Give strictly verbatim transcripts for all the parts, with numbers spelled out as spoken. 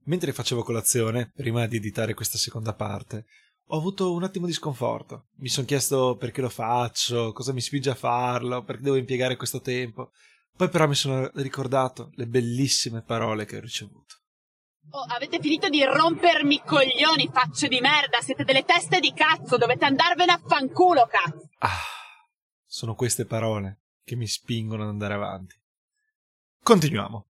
Mentre facevo colazione, prima di editare questa seconda parte, ho avuto un attimo di sconforto. Mi sono chiesto perché lo faccio, cosa mi spinge a farlo, perché devo impiegare questo tempo. Poi però mi sono ricordato le bellissime parole che ho ricevuto. Oh, avete finito di rompermi i coglioni, facce di merda, siete delle teste di cazzo, dovete andarvene a fanculo, cazzo. Ah, sono queste parole che mi spingono ad andare avanti. Continuiamo.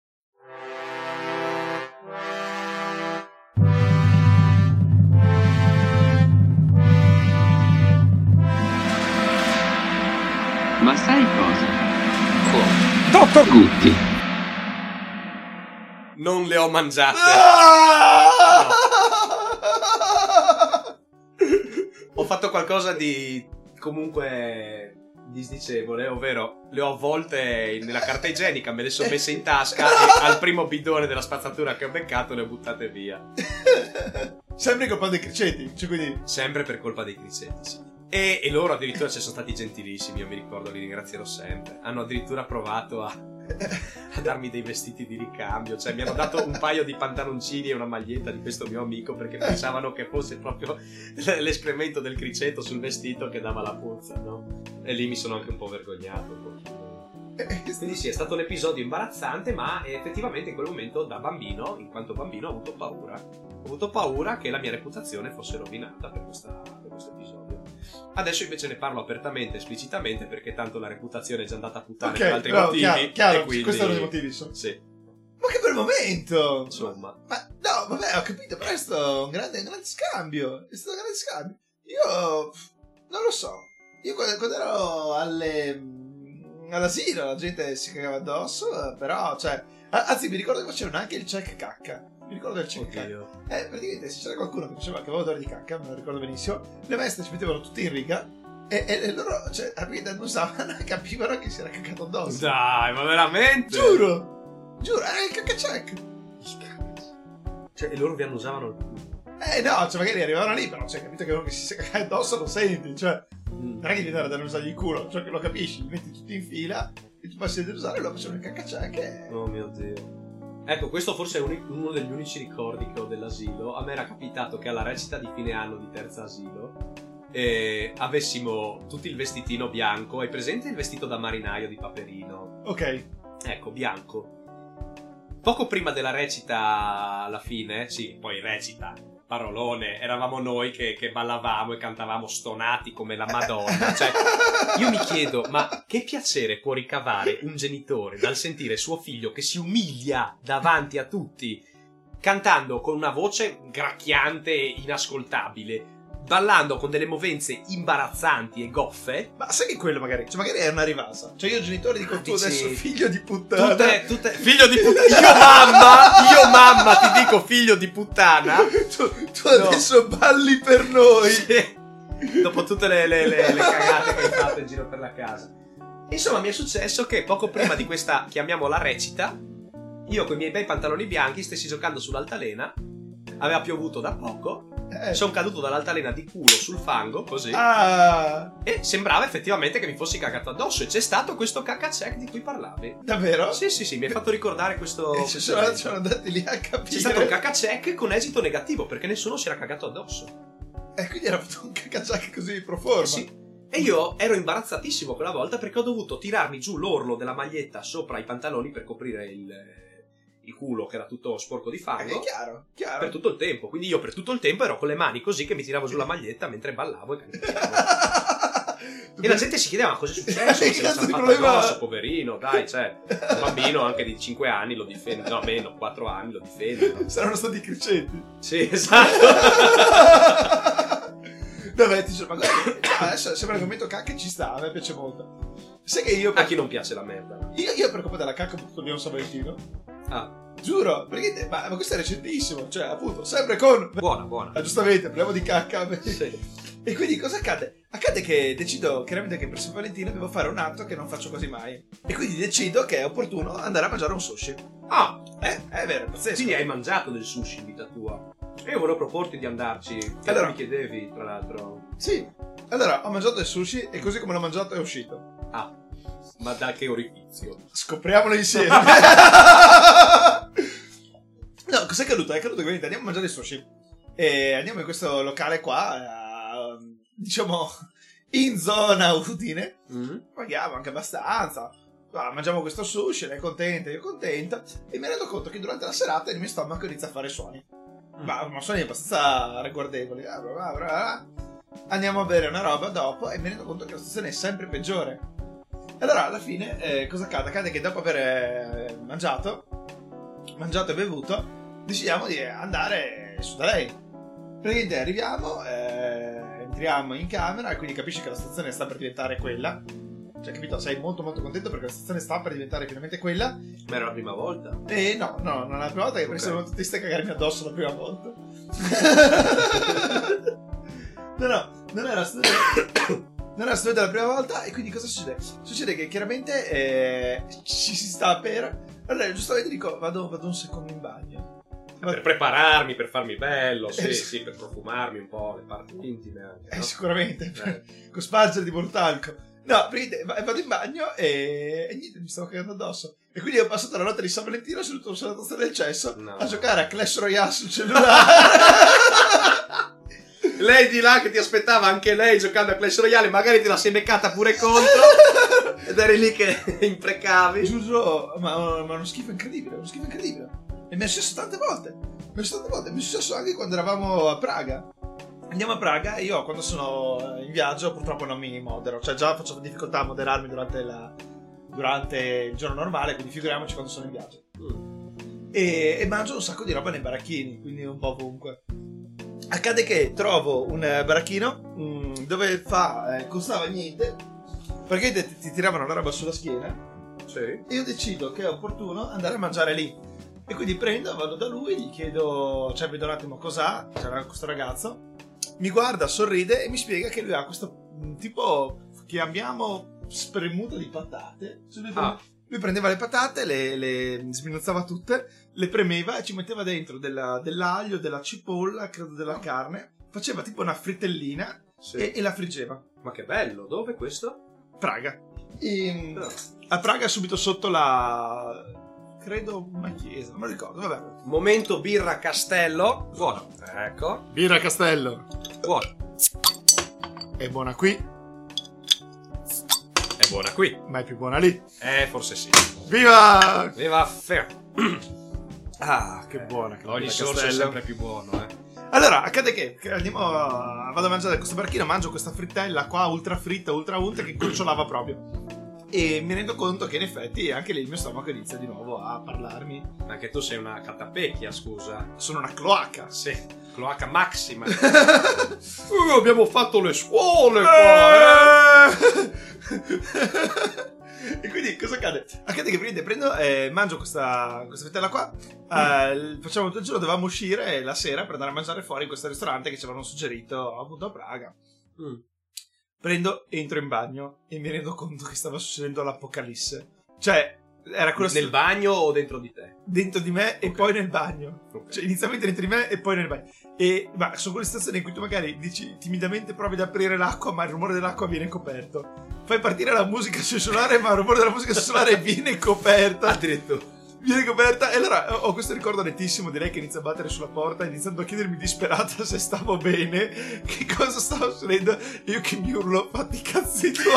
Ma sai cosa? Oh. Dottor Gutti. Non le ho mangiate. Ah! No. Ho fatto qualcosa di comunque disdicevole, ovvero le ho avvolte nella carta igienica, me le sono messe in tasca e al primo bidone della spazzatura che ho beccato le ho buttate via. Sempre colpa dei criceti, cioè quindi... Sempre per colpa dei criceti, sì. E, e loro addirittura ci sono stati gentilissimi, io mi ricordo, li ringrazierò sempre. Hanno addirittura provato a, a darmi dei vestiti di ricambio, cioè mi hanno dato un paio di pantaloncini e una maglietta di questo mio amico perché pensavano che fosse proprio l'escremento del criceto sul vestito che dava la puzza, no? E lì mi sono anche un po' vergognato un pochino. Quindi sì, è stato un episodio imbarazzante, ma effettivamente in quel momento da bambino, in quanto bambino, ho avuto paura. Ho avuto paura che la mia reputazione fosse rovinata per, questa, per questo episodio. Adesso invece ne parlo apertamente, esplicitamente, perché tanto la reputazione è già andata a puttane okay, per altri no, motivi. Chiaro, chiaro, e quindi... questi erano i motivi, so. Sì. Ma che bel momento! Insomma. Ma no, vabbè, ho capito, però è stato un grande, un grande scambio. È stato un grande scambio. Io non lo so. Io quando, quando ero alle... all'asilo la gente si cagava addosso, però, cioè, anzi mi ricordo che facevano anche il check cacca. Mi ricordo il check cacca. Eh, praticamente se c'era qualcuno che faceva che aveva odore di cacca, me lo ricordo benissimo, le maestre ci mettevano tutte in riga e, e, e loro, cioè, a guida annusavano e capivano che si era caccato addosso. Dai, ma veramente? Giuro! Giuro, era il cacca check. Cioè, e loro vi annusavano? Eh no, cioè magari arrivavano lì, però cioè, capito che uno che si caga addosso lo senti, cioè non è che devi andare ad annusargli il culo, cioè che lo capisci, li metti tutti in fila e tu passi ad usare e loro facevano il cacca check e... Oh mio Dio. Ecco, questo forse è uno degli unici ricordi che ho dell'asilo. A me era capitato che alla recita di fine anno di terza asilo eh, avessimo tutti il vestitino bianco. Hai presente il vestito da marinaio di Paperino? Ok. Ecco, bianco. Poco prima della recita alla fine, sì, poi recita, parolone, eravamo noi che, che ballavamo e cantavamo stonati come la Madonna. Cioè, io mi chiedo, ma che piacere può ricavare un genitore dal sentire suo figlio che si umilia davanti a tutti, cantando con una voce gracchiante e inascoltabile, ballando con delle movenze imbarazzanti e goffe. Ma sai che quello magari, cioè magari è una rivasa. Cioè io genitore dico Ah, tu dici... adesso figlio di puttana. Tutte, tutte... Figlio di puttana. Io mamma, io mamma ti dico figlio di puttana. tu, tu adesso no. balli per noi. Sì. Dopo tutte le, le, le, le cagate che hai fatto in giro per la casa. Insomma, mi è successo che poco prima di questa, chiamiamola recita, io con i miei bei pantaloni bianchi stessi giocando sull'altalena. Aveva piovuto da poco. Eh. Sono caduto dall'altalena di culo sul fango, così. Ah. E sembrava effettivamente che mi fossi cagato addosso. E c'è stato questo cacca check di cui parlavi. Davvero? Sì, sì, sì, mi hai fatto ricordare questo. E ci sono, sono andati lì a capire. C'è stato un cacca check con esito negativo, perché nessuno si era cagato addosso. E quindi era fatto un cacca check così pro forma. Sì. E io ero imbarazzatissimo quella volta perché ho dovuto tirarmi giù l'orlo della maglietta sopra i pantaloni per coprire il. il culo che era tutto sporco di fango. È chiaro, chiaro. Per tutto il tempo. Quindi io per tutto il tempo ero con le mani così che mi tiravo giù la maglietta mentre ballavo e cantavo. E la gente si chiedeva ma cosa è successo? Che Se la cazzo di fatta problema? addosso, poverino, dai, cioè un bambino anche di cinque anni lo difende, no meno, quattro anni lo difende, no? Saranno stati criceti. Sì, esatto. Vabbè, ti ma adesso sembra un argomento cacca ci sta, a me piace molto. Sai che io per... A chi non piace la merda? Io, io per colpa della cacca ho potuto dire un San Valentino. Ah. Giuro, perché ma, ma questo è recentissimo, cioè appunto, sempre con... Buona, buona. Ah, giustamente, parliamo di cacca. Sì. E quindi cosa accade? Accade che decido chiaramente che per San Valentino devo fare un atto che non faccio quasi mai. E quindi decido che è opportuno andare a mangiare un sushi. Ah, Eh, è vero, è pazzesco. quindi hai mangiato del sushi in vita tua. E io volevo proporti di andarci. Che Allora- mi chiedevi, tra l'altro. Sì. Allora, ho mangiato il sushi e così come l'ho mangiato è uscito. Ah, ma da che orifizio? Scopriamolo insieme. No, cos'è accaduto? È accaduto che andiamo a mangiare il sushi e andiamo in questo locale qua, uh, diciamo in zona Udine, mm-hmm. Paghiamo anche abbastanza, ah, mangiamo questo sushi, lei è contenta, io contenta, e mi rendo conto che durante la serata il mio stomaco inizia a fare suoni, mm. ma, ma suoni abbastanza ragguardevoli. Ah, bla bla bla. Andiamo a bere una roba dopo e mi rendo conto che la situazione è sempre peggiore. Allora alla fine eh, cosa accade? Accade che dopo aver eh, mangiato mangiato e bevuto decidiamo di andare su da lei. Praticamente arriviamo, eh, entriamo in camera e quindi capisci che la situazione sta per diventare quella. Cioè, capito? Sei molto molto contento perché la situazione sta per diventare finalmente quella. Ma era la prima volta? E no, no, non è la prima volta, che okay. Penso tutti stai a cagarmi addosso la prima volta. no, no, non era assolutamente... non era assolutamente la prima volta. E quindi cosa succede? Succede che chiaramente eh, ci si sta per... Allora io giustamente dico, vado, vado un secondo in bagno. Ma per prepararmi, per farmi bello, sì, eh, sì, per profumarmi un po' le parti intime anche, no? Eh, sicuramente, eh. Con spargere di mortalco. No, perché vado in bagno e, e niente, mi stavo cagando addosso. E quindi ho passato la notte di San Valentino seduto sulla tazza del cesso no. a giocare a Clash Royale sul cellulare. Lei di là che ti aspettava, anche lei giocando a Clash Royale, magari te la sei beccata pure contro ed eri lì che imprecavi. Giuro, ma, ma uno schifo incredibile, uno schifo incredibile. E mi è successo tante volte, mi è successo tante volte, mi è successo anche quando eravamo a Praga. Andiamo a Praga e io quando sono in viaggio purtroppo non mi modero, cioè già faccio difficoltà a moderarmi durante, la, durante il giorno normale, quindi figuriamoci quando sono in viaggio. Mm. E, e mangio un sacco di roba nei baracchini, quindi un po' ovunque. Accade che trovo un baracchino mh, dove fa eh, costava niente, perché ti, ti tiravano la roba sulla schiena, sì. E io decido che è opportuno andare a mangiare lì. E quindi prendo, vado da lui, gli chiedo, cioè vedo un attimo cos'ha, c'era questo ragazzo, mi guarda, sorride e mi spiega che lui ha questo tipo, chiamiamo spremuto di patate. Cioè lui, ah. lui prendeva le patate, le, le sminuzzava tutte, le premeva e ci metteva dentro della, dell'aglio, della cipolla, credo della carne, faceva tipo una frittellina sì. e, e la friggeva. Ma che bello, dove questo? Praga. E, oh. A Praga subito sotto la... credo una chiesa, non mi ricordo, vabbè. Momento birra Castello. Buono. Ecco. Birra Castello. Buono. È buona qui. È buona qui. Ma è più buona lì. Eh, forse sì. Viva! Viva Fer. Ah, che buona. Che ogni sorso è sempre più buono, eh. Allora, accade che, che andiamo a, vado a mangiare questo barchino, mangio questa frittella qua, ultra fritta, ultra unta, che gocciolava proprio. E mi rendo conto che in effetti anche lì il mio stomaco inizia di nuovo a parlarmi. Anche tu sei una catapecchia, scusa. Sono una cloaca. Sì, cloaca massima. uh, abbiamo fatto le scuole qua, eh! E quindi cosa accade? Accade che prendo, prendo e mangio questa, questa frittella qua. Mm. Uh, facciamo tutto il giorno, dovevamo uscire la sera per andare a mangiare fuori in questo ristorante che ci avevano suggerito appunto a Praga. Mm. Prendo, entro in bagno e mi rendo conto che stava succedendo l'apocalisse. Cioè, era quello... Nel st- bagno o dentro di te? Dentro di me e okay. Poi nel bagno. Okay. Cioè, inizialmente dentro di me e poi nel bagno. E, ma sono quelle situazioni in cui tu magari dici, timidamente provi ad aprire l'acqua, ma il rumore dell'acqua viene coperto. Fai partire la musica sul cellulare, ma il rumore della musica sul cellulare viene coperta. Addirittura. Viene coperta e allora ho questo ricordo nettissimo di lei che inizia a battere sulla porta iniziando a chiedermi disperata se stavo bene, che cosa stava succedendo, io che mi urlo fatti i cazzi tuoi.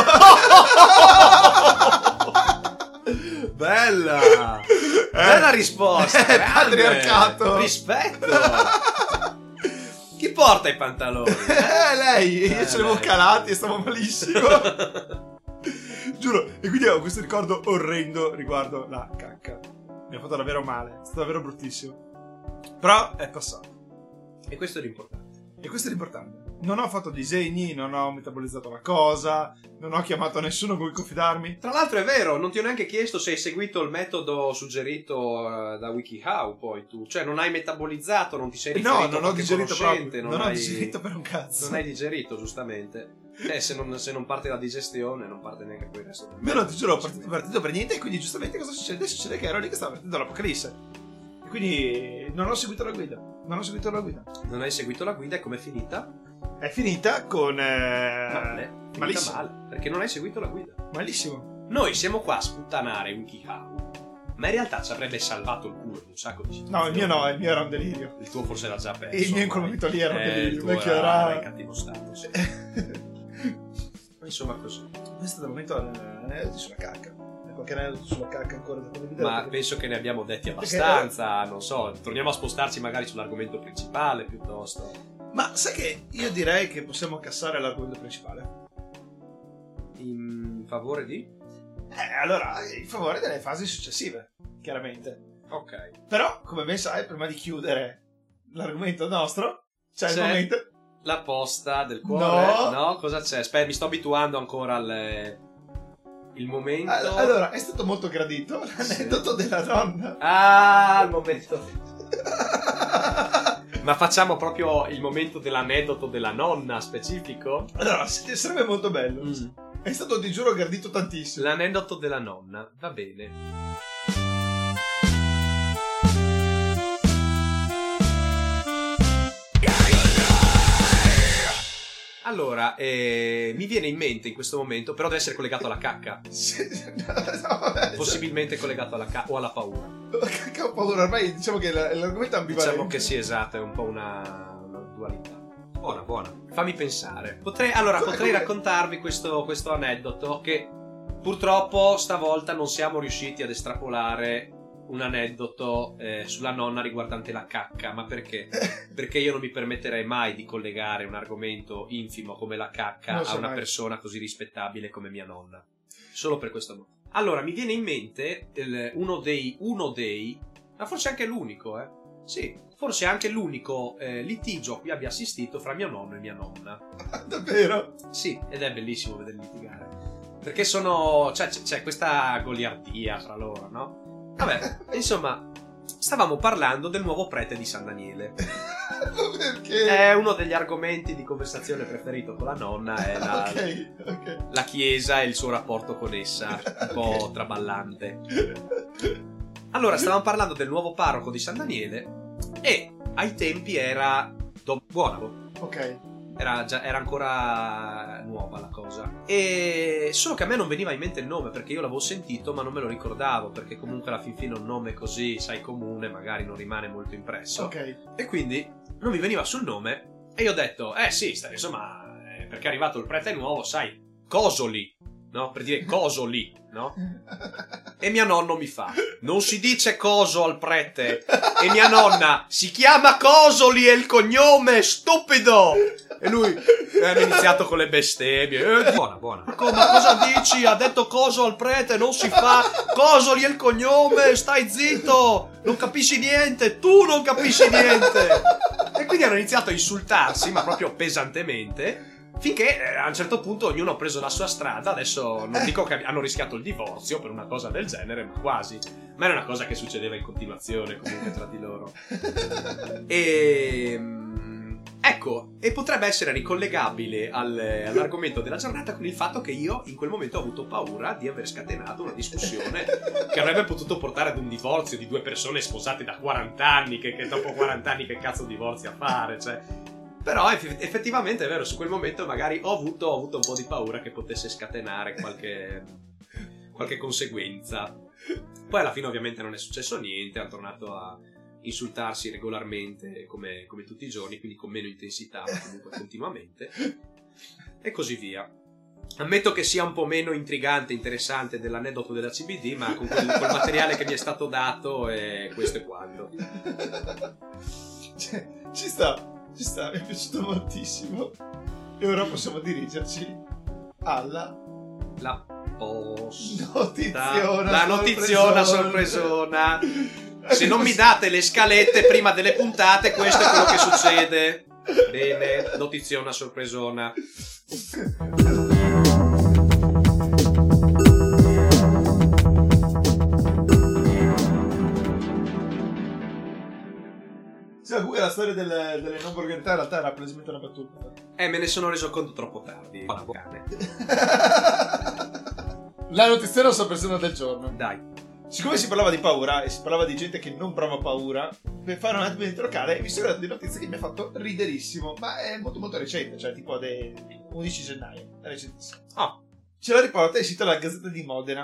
Bella eh, bella risposta, eh, patriarcato, rispetto. Chi porta i pantaloni? Eh lei, eh, io ce l'avevo calati e stavo malissimo. Giuro, e quindi ho questo ricordo orrendo riguardo la cacca. Mi ha fatto davvero male, è stato davvero bruttissimo. Però è passato. E questo è l'importante. E questo è l'importante. Non ho fatto disegni, non ho metabolizzato la cosa, non ho chiamato nessuno con cui confidarmi. Tra l'altro è vero, non ti ho neanche chiesto se hai seguito il metodo suggerito uh, da WikiHow poi tu. Cioè non hai metabolizzato, non ti sei riferito. No, non ho digerito proprio. Non, non hai... ho digerito per un cazzo. Non hai digerito, giustamente. Eh, se non, se non parte la digestione, non parte neanche poi il resto del No, no, ti giuro, ho partito, partito per niente. E quindi giustamente cosa succede? Succede che ero lì che stava partendo l'apocalisse. E quindi non ho seguito la guida. Non ho seguito la guida. Non hai seguito la guida e com'è finita? È finita con... Eh... Male. Finita malissimo. Male, perché non hai seguito la guida. Malissimo. Noi siamo qua a sputtanare WikiHow, Ma in realtà ci avrebbe salvato il culo in un sacco di situazioni. No, il mio no, il mio era un delirio. Il tuo forse era già perso. E il mio in quel momento lì era un eh, delirio. il tuo Vecchio era, era... era in cattivo stato, sì. Ma insomma così. Questo è stato il momento aneddoti sulla cacca. Qualche aneddoto sulla cacca ancora da condividere? Ma perché... penso che ne abbiamo detti Perché- abbastanza, non so, torniamo a spostarci magari sull'argomento principale piuttosto. Ma sai che io direi che possiamo cassare l'argomento principale? In favore di? Eh, allora, in favore delle fasi successive, chiaramente. Ok. Però, come ben sai, prima di chiudere l'argomento nostro, c'è, C'è il momento... La posta del cuore? No. No, cosa c'è? Aspetta, mi sto abituando ancora al... Il momento... All- Allora, è stato molto gradito l'aneddoto della donna. Ah, il momento... Ma facciamo proprio il momento dell'aneddoto della nonna specifico? Allora, s- sarebbe molto bello. Mm. È stato, ti giuro, gradito tantissimo. L'aneddoto della nonna, va bene. Allora, eh, mi viene in mente in questo momento, però deve essere collegato alla cacca. Sì, no, no, vabbè, Possibilmente collegato alla cacca o alla paura. Che ho paura, ormai diciamo che la- l'argomento è ambivalente. Diciamo che sì, esatto, è un po' una, una dualità. Buona, buona. Fammi pensare. Potrei, allora, Come- potrei come- raccontarvi questo, questo aneddoto che purtroppo stavolta non siamo riusciti ad estrapolare un aneddoto eh, sulla nonna riguardante la cacca. Ma perché? Perché io non mi permetterei mai di collegare un argomento infimo come la cacca Non so a una mai. persona così rispettabile come mia nonna. Solo per questo motivo. Allora, mi viene in mente il- uno dei, uno dei, ma forse anche l'unico, eh. Sì, forse anche l'unico eh, litigio a cui abbia assistito fra mio nonno e mia nonna. Davvero? Sì, ed è bellissimo vederli litigare. Perché sono, c'è, c'è- c'è questa goliardia fra loro, no? Vabbè, insomma, stavamo parlando del nuovo prete di San Daniele. Perché? È uno degli argomenti di conversazione preferito con la nonna, è la, Ok, ok. la chiesa e il suo rapporto con essa, un po' traballante. Allora, stavamo parlando del nuovo parroco di San Daniele e ai tempi era Don Buonavo. Ok. Era, già, era ancora nuova la cosa. E solo che a me non veniva in mente il nome, perché io l'avevo sentito ma non me lo ricordavo, perché comunque alla fin fine un nome così, sai, comune, magari non rimane molto impresso. Ok. E quindi non mi veniva sul nome e io ho detto, eh sì, sta- insomma, eh, perché è arrivato il prete nuovo, sai, Cosoli, no? Per dire Cosoli, no? E mia nonna mi fa, non si dice Coso al prete. E mia nonna, si chiama Cosoli, è il cognome, stupido. E lui hanno iniziato con le bestemmie. Eh, buona, buona. Ma co- ma cosa dici? Ha detto Coso al prete, non si fa. Cosoli è il cognome, stai zitto. Non capisci niente, tu non capisci niente. E quindi hanno iniziato a insultarsi, ma proprio pesantemente. Finché eh, a un certo punto ognuno ha preso la sua strada. Adesso non dico che hanno rischiato il divorzio per una cosa del genere, ma quasi. Ma era una cosa che succedeva in continuazione comunque tra di loro. E ecco, e potrebbe essere ricollegabile al, all'argomento della giornata con il fatto che io in quel momento ho avuto paura di aver scatenato una discussione che avrebbe potuto portare ad un divorzio di due persone sposate da quaranta anni, che, che dopo quaranta anni che cazzo divorzi a fare, cioè. Però eff- effettivamente è vero, su quel momento magari ho avuto, ho avuto un po' di paura che potesse scatenare qualche, qualche conseguenza. Poi alla fine ovviamente non è successo niente, hanno tornato a insultarsi regolarmente come, come tutti i giorni, quindi con meno intensità, ma comunque continuamente, e così via. Ammetto che sia un po' meno intrigante e interessante dell'aneddoto della C B D, ma con quel, col materiale che mi è stato dato, e questo è quanto. Cioè, ci sta. Ci sta, mi è piaciuto moltissimo. E ora possiamo dirigerci alla La posta. notiziona La notiziona sorpresona. Se non mi date le scalette prima delle puntate, questo è quello che succede. Bene, notiziona sorpresona. Sì, comunque la storia delle, delle non volgarità in realtà era palesemente una battuta. Eh, me ne sono reso conto troppo tardi. Buona cane. La notiziona sorpresona del giorno. Dai. Siccome si parlava di paura e si parlava di gente che non prova paura, per fare un attimo di trocare, mi sono dato di notizie che mi ha fatto riderissimo, ma è molto molto recente, cioè tipo del undici gennaio, è recentissimo. Oh. Ce la riporta il sito della Gazzetta di Modena,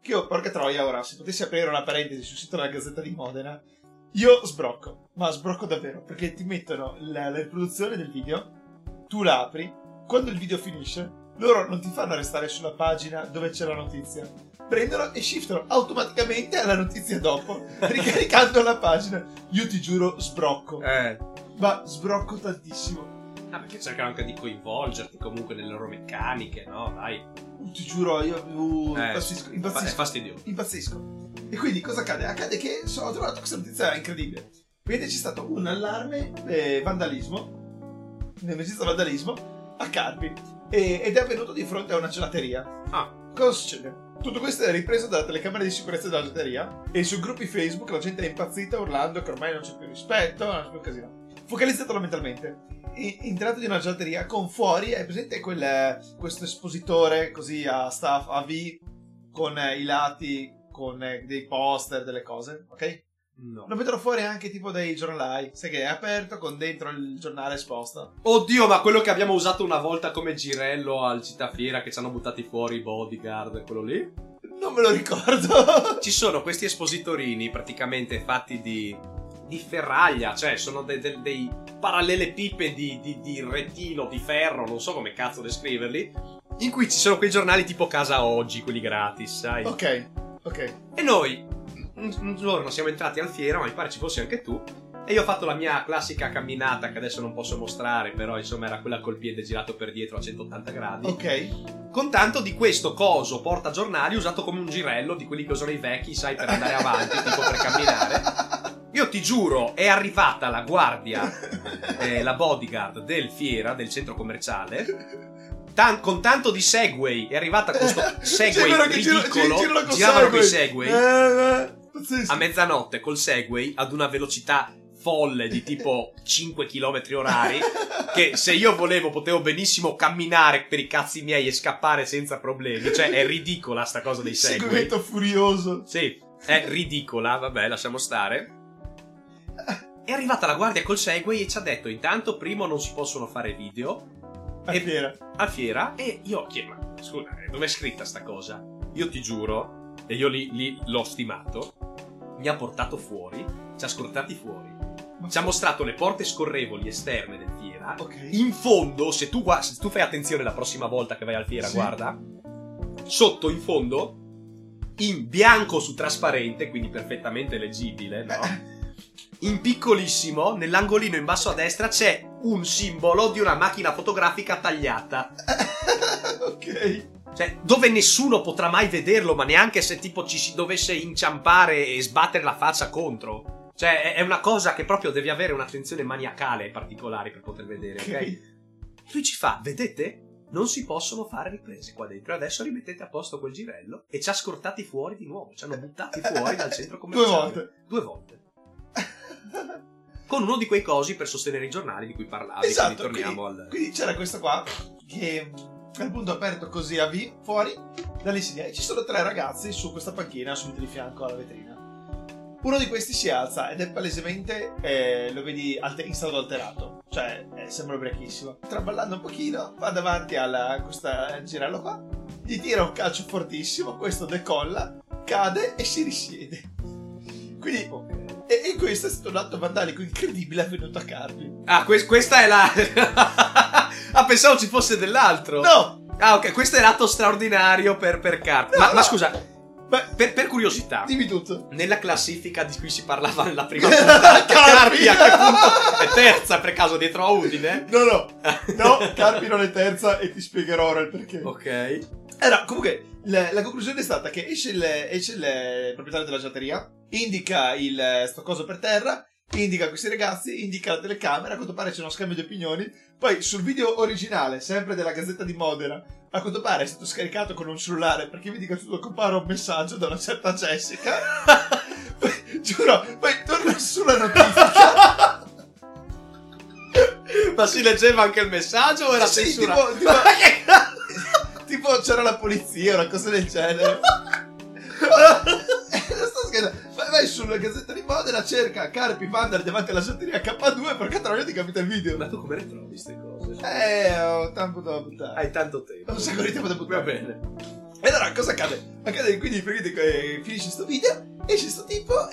che io, porca troia, ora, se potessi aprire una parentesi sul sito della Gazzetta di Modena, io sbrocco, ma sbrocco davvero, perché ti mettono la, la riproduzione del video, tu la apri, quando il video finisce, loro non ti fanno restare sulla pagina dove c'è la notizia, prendono e shiftano automaticamente alla notizia dopo, ricaricando la pagina. Io ti giuro, sbrocco. Eh. Ma sbrocco tantissimo. Ah, perché cercano anche di coinvolgerti comunque nelle loro meccaniche, no? Dai. Ti giuro, io uh, Eh, impazzisco, impazzisco. È fastidioso. Impazzisco. E quindi cosa accade? Accade che so, ho trovato questa notizia incredibile. Quindi c'è stato un allarme eh, vandalismo, un'emergenza vandalismo a Carpi, e, ed è avvenuto di fronte a una gelateria. Ah. Cosa succede? Tutto questo è ripreso dalla telecamera di sicurezza della gelateria, e sui gruppi Facebook la gente è impazzita urlando che ormai non c'è più rispetto, non c'è più casino. Focalizzatelo mentalmente. Entrato di una gelateria con fuori, è presente quel, questo espositore così a staff A V con eh, i lati, con eh, dei poster, delle cose, ok? No. Lo mettono fuori anche tipo dei giornalai, sai che è aperto con dentro il giornale esposto. Oddio, ma quello che abbiamo usato una volta come girello al Città Fiera, che ci hanno buttati fuori i bodyguard, quello lì? Non me lo ricordo. Ci sono questi espositorini praticamente fatti di, di ferraglia, cioè sono de, de, dei parallelepipedi di, di retino, di ferro, non so come cazzo descriverli, in cui ci sono quei giornali tipo Casa Oggi, quelli gratis, sai? Ok, ok. E noi un, un giorno siamo entrati al Fiera, ma mi pare ci fossi anche tu, e io ho fatto la mia classica camminata che adesso non posso mostrare, però insomma era quella col piede girato per dietro a centottanta gradi. Ok. Con tanto di questo coso portagiornali usato come un girello di quelli che usano i vecchi, sai, per andare avanti, tipo per camminare. Io ti giuro, è arrivata la guardia, eh, la bodyguard del Fiera, del centro commerciale, tan- con tanto di Segway, è arrivata con sto Segway ridicolo, giravano con i Segway, Eh, eh, a mezzanotte col Segway ad una velocità folle di tipo cinque chilometri orari, che se io volevo potevo benissimo camminare per i cazzi miei e scappare senza problemi. Cioè è ridicola sta cosa dei Segway. Seguimento furioso. Sì, è ridicola, vabbè, lasciamo stare. È arrivata la guardia col Segway e ci ha detto: intanto primo non si possono fare video A e- Fiera. a Fiera. E io ho chiesto: ma scusa, dove è scritta sta cosa? Io ti giuro, e io lì, lì l'ho stimato, mi ha portato fuori, ci ha scortati fuori, ci ha mostrato le porte scorrevoli esterne del Fiera. Ok. In fondo, se tu, gua- se tu fai attenzione la prossima volta che vai al Fiera, Sì. guarda, sotto in fondo, in bianco su trasparente, quindi perfettamente leggibile, no? In piccolissimo, nell'angolino in basso a destra, c'è un simbolo di una macchina fotografica tagliata. Ok. Cioè, dove nessuno potrà mai vederlo, ma neanche se tipo ci si dovesse inciampare e sbattere la faccia contro. Cioè, è- è una cosa che proprio devi avere un'attenzione maniacale ai particolari per poter vedere, ok? Ok. Lui ci fa: vedete? Non si possono fare riprese qua dentro. Adesso rimettete a posto quel girello. E ci ha scortati fuori di nuovo. Ci hanno buttati fuori dal centro Due commerciale. volte. Due volte. Con uno di quei cosi per sostenere i giornali di cui parlavi. Esatto. Quindi torniamo quindi, al... quindi c'era questo qua che è appunto aperto così a V fuori dall'insidia, e ci sono tre ragazzi su questa panchina subito di fianco alla vetrina. Uno di questi si alza ed è palesemente, eh, lo vedi alter- in stato alterato, cioè eh, sembra ubriachissimo. Traballando un pochino, va davanti a questo girello qua, gli tira un calcio fortissimo, questo decolla, cade e si risiede. Quindi, e, e questo è stato un atto vandalico incredibile avvenuto a Carpi. Ah, que- questa è la... ah, pensavo ci fosse dell'altro. No! Ah, ok, questo è l'atto straordinario per, per Carpi. No, ma, no. ma scusa, Beh, per, per curiosità, dimmi tutto. nella classifica di cui si parlava nella prima puntata, Carpi! Carpi a che punto è terza per caso dietro a Udine? No, no, no, Carpi non è terza e ti spiegherò ora il perché. Ok. Eh no, comunque, la, la conclusione è stata che esce il, esce il proprietario della gelateria, indica il sto coso per terra, indica questi ragazzi, indica la telecamera, a quanto pare c'è uno scambio di opinioni, poi sul video originale, sempre della Gazzetta di Modena, a quanto pare è stato scaricato con un cellulare, perché vedi che tutto compare un messaggio da una certa Jessica. Poi, giuro, poi torna sulla notifica. Ma si leggeva anche il messaggio o era Sì, censura? tipo- tipo- Tipo c'era la polizia, una cosa del genere. Non sto scherzando. Vai, vai sulla Gazzetta di Modena, cerca Carpi Vandal davanti alla gelateria K due, perché tra l'altro ti capita il video. Ma tu come le trovi queste cose? Eh, ho tempo da buttare. Hai tanto tempo. Ho un sacco di tempo da buttare. Va bene. E allora cosa accade? Accade quindi eh, finisce sto video, esce sto tipo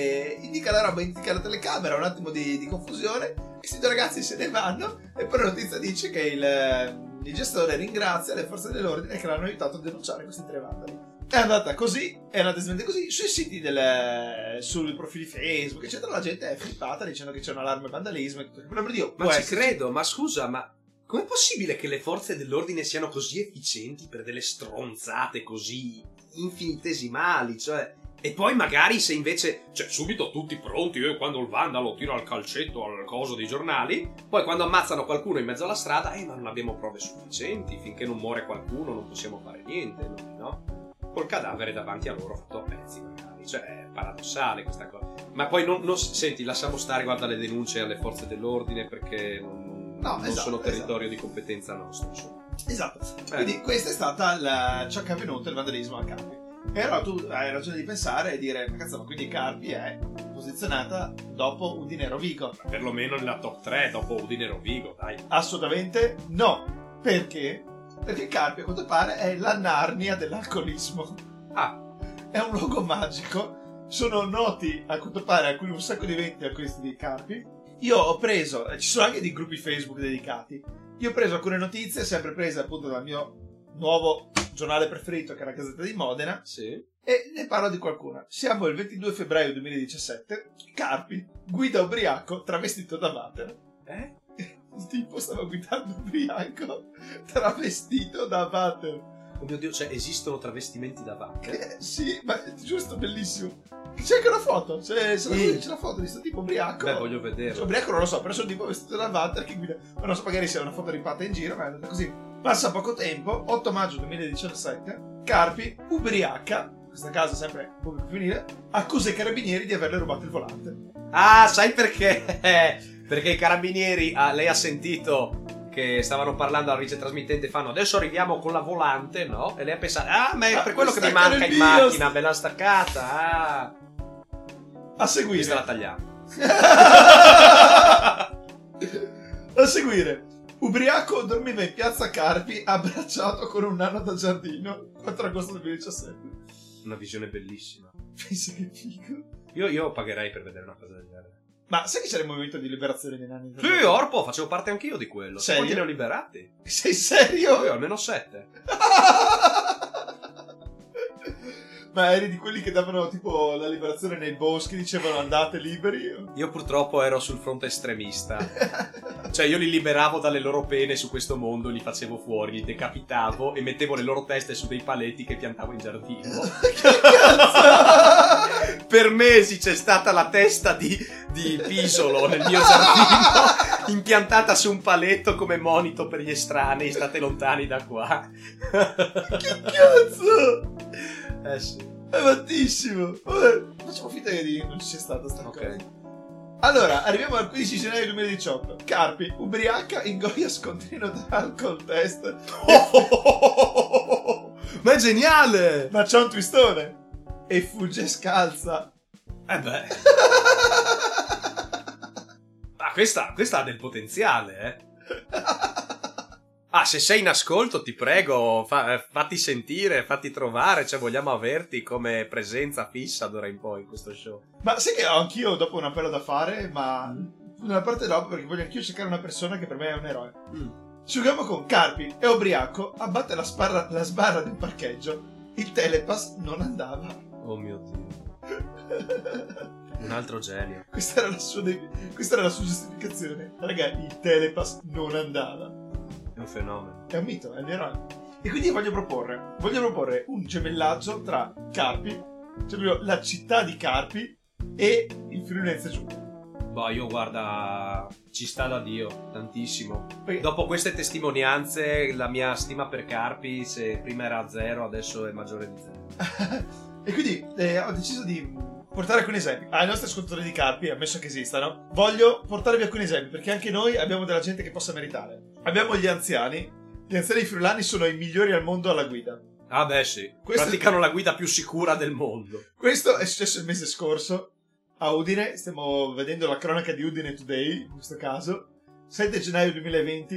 e indica la roba, indica la telecamera, un attimo di, di confusione, questi due ragazzi se ne vanno e poi la notizia dice che il, il gestore ringrazia le forze dell'ordine che l'hanno aiutato a denunciare questi tre vandali. È andata così, è andata esattamente così, sui siti del, sui profili Facebook eccetera la gente è flippata dicendo che c'è un allarme vandalismo e tutto. Per Dio, ma ci esserci. credo, ma scusa, ma com'è possibile che le forze dell'ordine siano così efficienti per delle stronzate così infinitesimali, cioè... E poi magari se invece, cioè subito tutti pronti, eh, quando il vandalo tira il calcetto al coso dei giornali, poi quando ammazzano qualcuno in mezzo alla strada, eh ma non abbiamo prove sufficienti, finché non muore qualcuno non possiamo fare niente, no? no? Col cadavere davanti a loro fatto a pezzi magari, cioè è paradossale questa cosa. Ma poi non, non senti, lasciamo stare, guarda, le denunce alle forze dell'ordine perché non, no, non esatto, sono territorio esatto. di competenza nostra, insomma. Esatto, eh. quindi questa è stata la, ciò che è avvenuto il vandalismo a Carpi. E allora tu hai ragione di pensare e dire, ma cazzo, ma quindi Carpi è posizionata dopo Udine Rovigo? Perlomeno nella top tre dopo Udine Rovigo, dai. Assolutamente no. Perché? Perché Carpi a quanto pare è la Narnia dell'alcolismo. Ah. È un luogo magico. Sono noti a quanto pare alcuni un sacco di eventi a questi di Carpi. Io ho preso, ci sono anche dei gruppi Facebook dedicati. Io ho preso alcune notizie, sempre prese appunto dal mio nuovo giornale preferito, che è la Gazzetta di Modena. Sì. E ne parlo di qualcuna. Siamo il ventidue febbraio duemiladiciassette. Carpi guida ubriaco travestito da Vater. Eh? Il tipo stava guidando ubriaco travestito da Vater. Oh mio Dio, cioè esistono travestimenti da vacca? Eh, sì, ma è giusto, bellissimo. C'è anche una foto, c'è, c'è, Sì. la, c'è la foto di sto tipo ubriaco. Beh, voglio Cioè, vederlo. ubriaco non lo so, però c'è un tipo vestito da Vater che guida. Ma non so, magari sia una foto ripata in giro, ma è andata così. Passa poco tempo, otto maggio duemiladiciassette, Carpi, ubriaca, in questo caso sempre pubblico femminile, accusa i carabinieri di averle rubato il volante. Ah, sai perché? Perché i carabinieri, ah, lei ha sentito che stavano parlando al ricetrasmittente, fanno adesso arriviamo con la volante, no? E lei ha pensato, ah, ma è Ah, per quello che mi staccare manca il in BIOS. macchina, me l'ha staccata, ah. A seguire. Questa la tagliamo. A seguire. Ubriaco dormiva in piazza Carpi abbracciato con un nano da giardino quattro agosto duemiladiciassette. Una visione bellissima. Pensi che figo. Io, io pagherei per vedere una cosa del genere. Ma sai che c'era il movimento di liberazione dei nani? da Sì, giardino? Orpo, facevo parte anch'io di quello. Serio? Quanti ne ho liberati? Sei serio? Io almeno sette. Ma eri di quelli che davano tipo la liberazione nei boschi, dicevano andate liberi? Io purtroppo ero sul fronte estremista. Cioè io li liberavo dalle loro pene su questo mondo, li facevo fuori, li decapitavo e mettevo le loro teste su dei paletti che piantavo in giardino. Che cazzo? Per mesi c'è stata la testa di, di Pisolo nel mio giardino, impiantata su un paletto come monito per gli estranei, state lontani da qua. Che cazzo? Eh sì. È mattissimo. Vabbè, facciamo finta che di- non ci sia stata sta Ok. cosa. Allora, arriviamo al quindici gennaio duemiladiciotto. Carpi, ubriaca, ingoia scontrino da alcol test. Ma è geniale! Ma c'è un twistone. E fugge scalza. Eh beh. Ah, questa, questa ha del potenziale, eh. Ah, se sei in ascolto, ti prego, fa- eh, fatti sentire, fatti trovare, cioè vogliamo averti come presenza fissa d'ora in poi in questo show. Ma sai che ho anch'io dopo un appello da fare, ma una parte dopo perché voglio anch'io cercare una persona che per me è un eroe. Sciughiamo con Carpi, è ubriaco, abbatte la, sbarra, la sbarra del parcheggio. Il telepass non andava. Oh mio Dio. Un altro genio. Questa era la sua, de- questa era la sua giustificazione. Raga, il telepass non andava. È un fenomeno. È un mito, è un eroe. E quindi voglio proporre, voglio proporre un gemellaggio tra Carpi, cioè proprio la città di Carpi e il Friuli Venezia Giulia. Boh, io guarda, ci sta da Dio, tantissimo. Perché- Dopo queste testimonianze, la mia stima per Carpi, se prima era zero, adesso è maggiore di zero. E quindi eh, ho deciso di portare alcuni esempi. Ai nostri ascoltatori di Carpi, ammesso che esistano, voglio portarvi alcuni esempi, perché anche noi abbiamo della gente che possa meritare. Abbiamo gli anziani. Gli anziani friulani sono i migliori al mondo alla guida. Ah beh sì, Questo- praticano la guida più sicura del mondo. Questo è successo il mese scorso a Udine. Stiamo vedendo la cronaca di Udine Today, in questo caso. sette gennaio duemilaventi.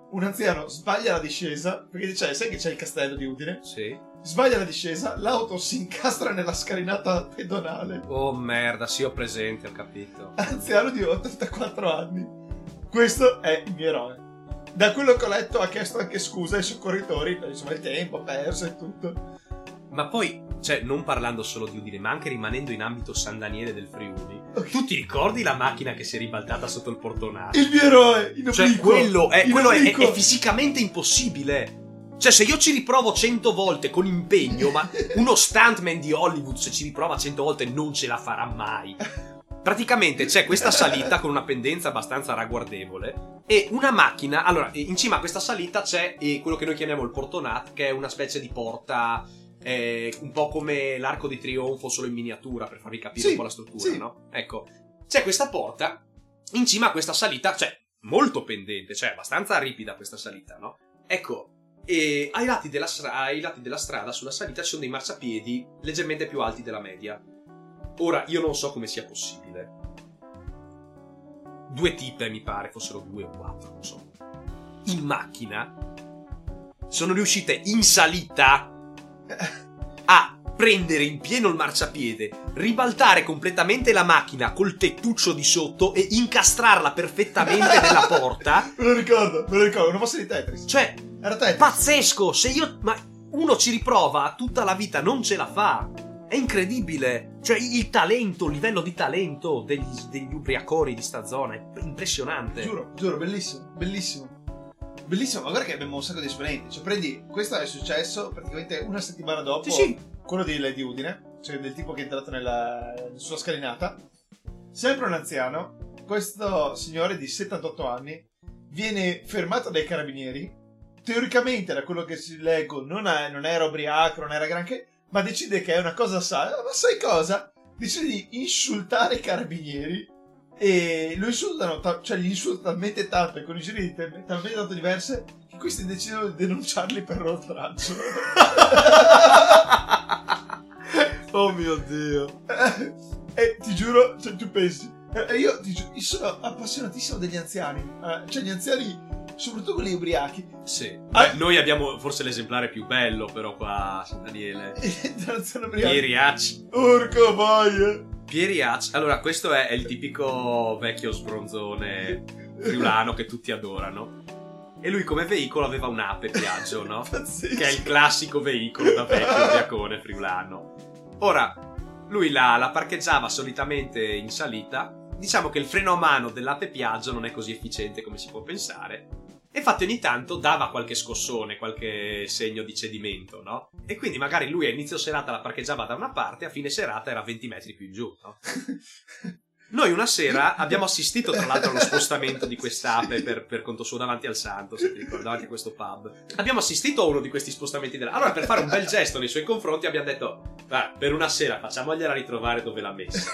un anziano sbaglia la discesa, perché dice, sai che c'è il castello di Udine? Sì. Sbaglia la discesa, l'auto si incastra nella scalinata pedonale. Oh merda, sì, ho presente, ho capito. Anziano di ottantaquattro anni. Questo è il mio eroe. Da quello che ho letto ha chiesto anche scusa ai soccorritori per insomma il tempo perso e tutto. Ma poi, cioè, non parlando solo di Udine, ma anche rimanendo in ambito San Daniele del Friuli, Okay. tu ti ricordi la macchina che si è ribaltata sotto il portonato? Il mio eroe, in Cioè, obliquo, quello, è, in quello è, obliquo. è fisicamente impossibile. Cioè, se io ci riprovo cento volte con impegno, ma uno stuntman di Hollywood, se ci riprova cento volte, non ce la farà mai. Praticamente c'è questa salita con una pendenza abbastanza ragguardevole e una macchina. Allora, in cima a questa salita c'è eh, quello che noi chiamiamo il portonato, che è una specie di porta, eh, un po' come l'Arco di Trionfo, solo in miniatura, per farvi capire Sì, un po' la struttura, sì. no? Ecco, c'è questa porta, in cima a questa salita, cioè, molto pendente, cioè, abbastanza ripida questa salita, no? Ecco, e ai lati della, stra- ai lati della strada, sulla salita, ci sono dei marciapiedi leggermente più alti della media. Ora, io non so come sia possibile. Due tipe, mi pare, fossero due o quattro, non so. In macchina sono riuscite in salita a prendere in pieno il marciapiede, ribaltare completamente la macchina col tettuccio di sotto e incastrarla perfettamente nella porta. Me lo ricordo, me lo ricordo, una mossa di Tetris. Cioè, Era Tetris. pazzesco! Se io... Ma uno ci riprova tutta la vita, non ce la fa. È incredibile. Cioè, il talento, il livello di talento degli, degli ubriacori di sta zona è impressionante. Giuro, giuro, bellissimo, bellissimo. Bellissimo, ma guarda che abbiamo un sacco di esponenti. Cioè, prendi, questo è successo praticamente una settimana dopo Sì, sì. quello di, di Udine, cioè del tipo che è entrato nella sua scalinata. Sempre un anziano, questo signore di settantotto anni, viene fermato dai carabinieri. Teoricamente, da quello che si leggo, non, è, non era ubriaco, non era granché, ma decide che è una cosa sana. Ma sai cosa? Decide di insultare i carabinieri e lo insultano, ta- cioè gli insultano talmente tanto e con i giri di te- talmente tanto diverse che questi decidono di denunciarli per oltraggio. Oh mio Dio. E ti giuro, cioè tu pensi, e io, ti giuro, io sono appassionatissimo degli anziani, eh, cioè gli anziani, soprattutto quelli ubriachi. Sì. Ah. Beh, noi abbiamo forse l'esemplare più bello, però, qua a San Daniele. L'anziano ubriaco. Pieri Hac. Porco boia. Pieri Hac. Allora, questo è, è il tipico vecchio sbronzone friulano che tutti adorano. E lui come veicolo aveva un'ape Piaggio, no? Pazzesco. Che è il classico veicolo da vecchio ubriacone friulano. Ora, lui la, la parcheggiava solitamente in salita. Diciamo che il freno a mano dell'ape Piaggio non è così efficiente come si può pensare. E infatti ogni tanto dava qualche scossone, qualche segno di cedimento, no? E quindi magari lui a inizio serata la parcheggiava da una parte, a fine serata era venti metri più in giù, no? Noi una sera abbiamo assistito tra l'altro allo spostamento di quest'ape per, per conto suo davanti al Santo, se ti ricordi, davanti a questo pub. Abbiamo assistito a uno di questi spostamenti della... Allora, per fare un bel gesto nei suoi confronti abbiamo detto, "Va, per una sera facciamogliela ritrovare dove l'ha messa."